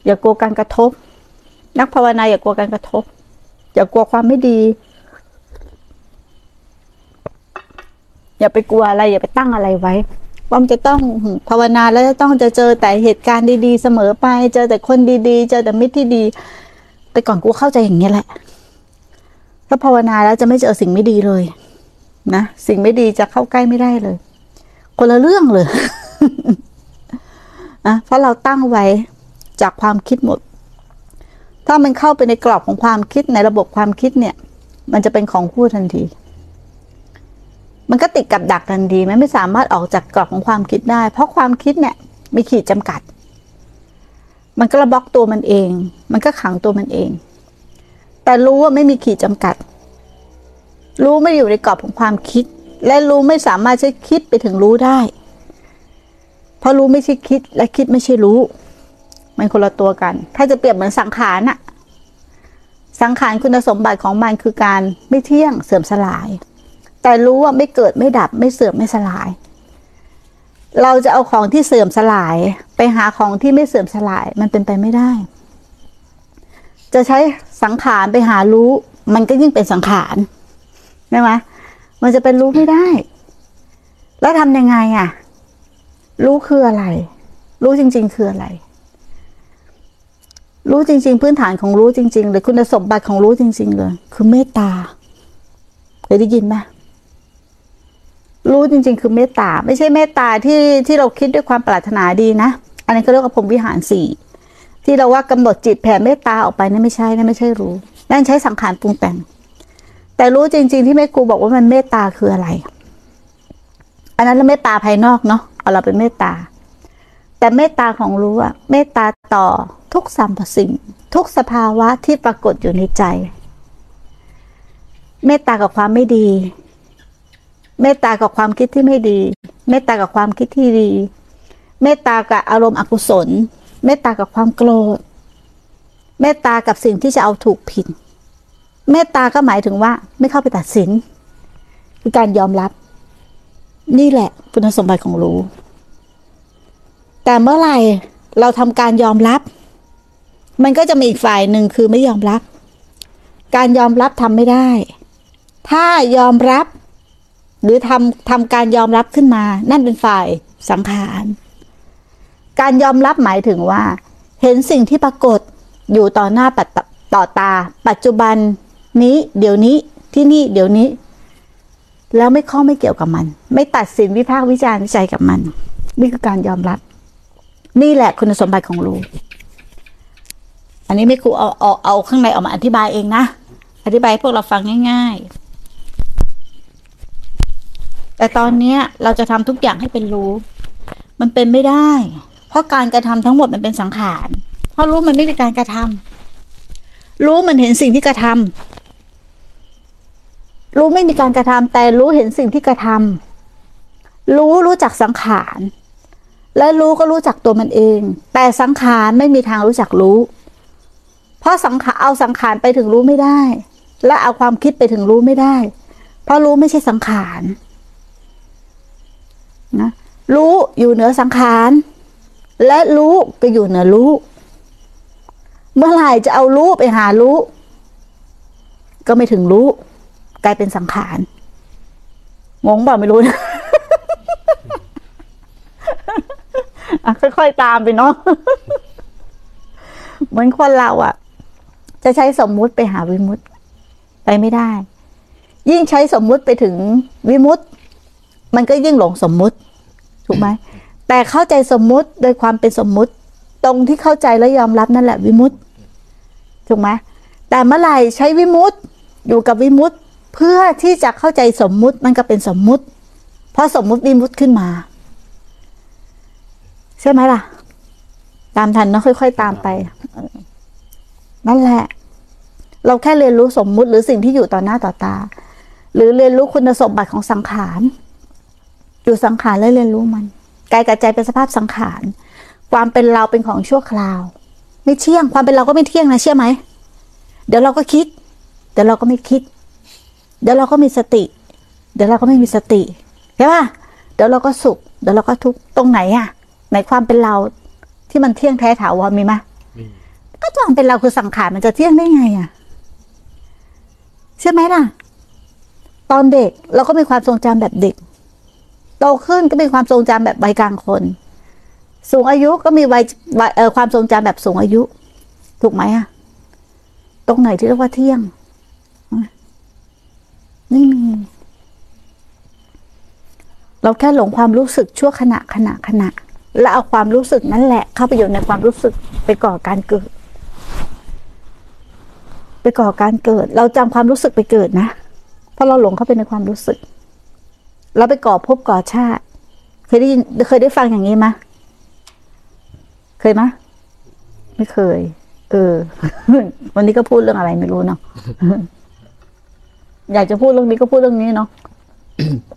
อย่ากลัวการกระทบนักภาวนาอย่ากลัวการกระทบอย่ากลัวความไม่ดีอย่าไปกลัวอะไรอย่าไปตั้งอะไรไว้ว่ามันจะต้องภาวนาแล้วจะเจอแต่เหตุการณ์ดีๆเสมอไปเจอแต่คนดีๆเจอแต่มิตรที่ดีแต่ก่อนกูเข้าใจอย่างนี้แหละถ้าภาวนาแล้วจะไม่เจอสิ่งไม่ดีเลยนะสิ่งไม่ดีจะเข้าใกล้ไม่ได้เลยคนละเรื่องเลย นะเพราะเราตั้งไว้จากความคิดหมดถ้ามันเข้าไปในกรอบของความคิดในระบบความคิดเนี่ยมันจะเป็นของคู่ทันทีมันก็ติดกับดักทันทีไม่สามารถออกจากกรอบของความคิดได้เพราะความคิดเนี่ยมีขีดจำกัดมันก็ระบล็อกตัวมันเองมันก็ขังตัวมันเองแต่รู้ว่าไม่มีขีดจำกัดรู้ไม่อยู่ในกรอบของความคิดและรู้ไม่สามารถใช้คิดไปถึงรู้ได้เพราะรู้ไม่ใช่คิดและคิดไม่ใช่รู้มันคนละตัวกันถ้าจะเปรียบเหมือนสังขารน่ะสังขารคุณสมบัติของมันคือการไม่เที่ยงเสื่อมสลายแต่รู้ว่าไม่เกิดไม่ดับไม่เสื่อมไม่สลายเราจะเอาของที่เสื่อมสลายไปหาของที่ไม่เสื่อมสลายมันเป็นไปไม่ได้จะใช้สังขารไปหารู้มันก็ยิ่งเป็นสังขารใช่ไหมมันจะเป็นรู้ไม่ได้แล้วทำยังไงอ่ะรู้คืออะไรรู้จริงๆคืออะไรรู้จริงๆพื้นฐานของรู้จริงๆหรือคุณสมบัติของรู้จริงๆเลยคือเมตตาเคยได้ยินไหมรู้จริงๆคือเมตตาไม่ใช่เมตตาที่เราคิดด้วยความปรารถนาดีนะอันนี้ก็เรียกว่าพรหมวิหารสี่ที่เราว่ากำหนดจิตแผ่เมตตาออกไปนั่นไม่ใช่นั่นไม่ใช่รู้นั่นใช้สังขารปรุงแต่งแต่รู้จริงๆที่แม่ครูบอกว่ามันเมตตาคืออะไรอันนั้นเราเมตตาภายนอกเนาะเอาเราเป็นเมตตาแต่เมตตาของรู้อะเมตตาต่อทุกสรรพสิ่งทุกสภาวะที่ปรากฏอยู่ในใจเมตตากับความไม่ดีเมตตากับความคิดที่ไม่ดีเมตตากับความคิดที่ดีเมตตากับอารมณ์อกุศลเมตตากับความโกรธเมตตากับสิ่งที่จะเอาถูกผิดเมตตาก็หมายถึงว่าไม่เข้าไปตัดสินคือการยอมรับนี่แหละคุณสมบัติของรู้แต่เมื่อไหร่เราทำการยอมรับมันก็จะมีอีกฝ่ายหนึ่งคือไม่ยอมรับการยอมรับทำไม่ได้ถ้ายอมรับหรือทำการยอมรับขึ้นมานั่นเป็นฝ่ายสังขารการยอมรับหมายถึงว่าเห็นสิ่งที่ปรากฏอยู่ต่อหน้าต่อตาปัจจุบันนี้เดี๋ยวนี้ที่นี่เดี๋ยวนี้แล้วไม่ข้องไม่เกี่ยวกับมันไม่ตัดสินวิพากษ์วิจารณ์วิจัยกับมันนี่คือการยอมรับนี่แหละคุณสมบัติของรู้อันนี้ไม่ครูเอาข้างในออกมาอธิบายเองนะอธิบายให้พวกเราฟังง่ายๆแต่ตอนนี้เราจะทำทุกอย่างให้เป็นรู้มันเป็นไม่ได้เพราะการกระทำทั้งหมดมันเป็นสังขารเพราะรู้มันไม่มีการกระทำรู้มันเห็นสิ่งที่กระทำรู้ไม่มีการกระทำแต่รู้เห็นสิ่งที่กระทำรู้จักสังขารและรู้ก็รู้จักตัวมันเองแต่สังขารไม่มีทางรู้จักรู้เพราะเอาสังขารไปถึงรู้ไม่ได้และเอาความคิดไปถึงรู้ไม่ได้เพราะรู้ไม่ใช่สังขารนะรู้อยู่เหนือสังขารและรู้ก็อยู่เหนือรู้เมื่อไหร่จะเอารู้ไปหารู้ก็ไม่ถึงรู้กลายเป็นสังขารงงเปล่าไม่รู้นะ ค่อยๆตามไปเนาะ เหมือนคนเราอ่ะจะใช้สมมุติไปหาวิมุตติไปไม่ได้ยิ่งใช้สมมุติไปถึงวิมุตติมันก็ยิ่งหลงสมมุติถูกไหมแต่เข้าใจสมมุติโดยความเป็นสมมุติตรงที่เข้าใจและยอมรับนั่นแหละวิมุตติถูกไหมแต่เมื่อไหร่ใช้วิมุตติอยู่กับวิมุตติเพื่อที่จะเข้าใจสมมุติมันก็เป็นสมมุติเพราะสมมุติวิมุตติขึ้นมาใช่ไหมล่ะตามทันเนาะค่อยๆตามไปนั่นแหละเราแค่เรียนรู้สมมุติหรือสิ่งที่อยู่ต่อหน้าต่อตาหรือเรียนรู้คุณสมบัติของสังขารอยู่สังขารแล้วเรียนรู้มันกายกับใจเป็นสภาพสังขารความเป็นเราเป็นของชั่วคราวไม่เที่ยงความเป็นเราก็ไม่เที่ยงนะเชื่อไหมเดี๋ยวเราก็คิดเดี๋ยวเราก็ไม่คิดเดี๋ยวเราก็มีสติเดี๋ยวเราก็ไม่มีสติใช่ป่ะเดี๋ยวเราก็สุขเดี๋ยวเราก็ทุกข์ตรงไหนอ่ะไหนความเป็นเราที่มันเที่ยงแท้ถาวรมีไหมก็ความเป็นเราคือสังขารมันจะเที่ยงได้ไงอ่ะใช่ไหมล่ะตอนเด็กเราก็มีความทรงจำแบบเด็กโตขึ้นก็มีความทรงจำแบบวัยกลางคนสูงอายุก็มีวัยความทรงจำแบบสูงอายุ ถูกไหมอ่ะตรงไหนที่เรียกว่าเที่ยงไม่มีเราแค่หลงความรู้สึกชั่วขณะแล้วเอาความรู้สึกนั่นแหละเข้าไปอยู่ในความรู้สึกไปก่อการเกิดเราจำความรู้สึกไปเกิดนะเพราะเราหลงเข้าไปในความรู้สึกเราไปก่อภพก่อชาติเคยได้ฟังอย่างนี้ไหมเคยไหมไม่เคยวันนี้ก็พูดเรื่องอะไรไม่รู้เนาะ อยากจะพูดเรื่องนี้ก็พูดเรื่องนี้เนาะ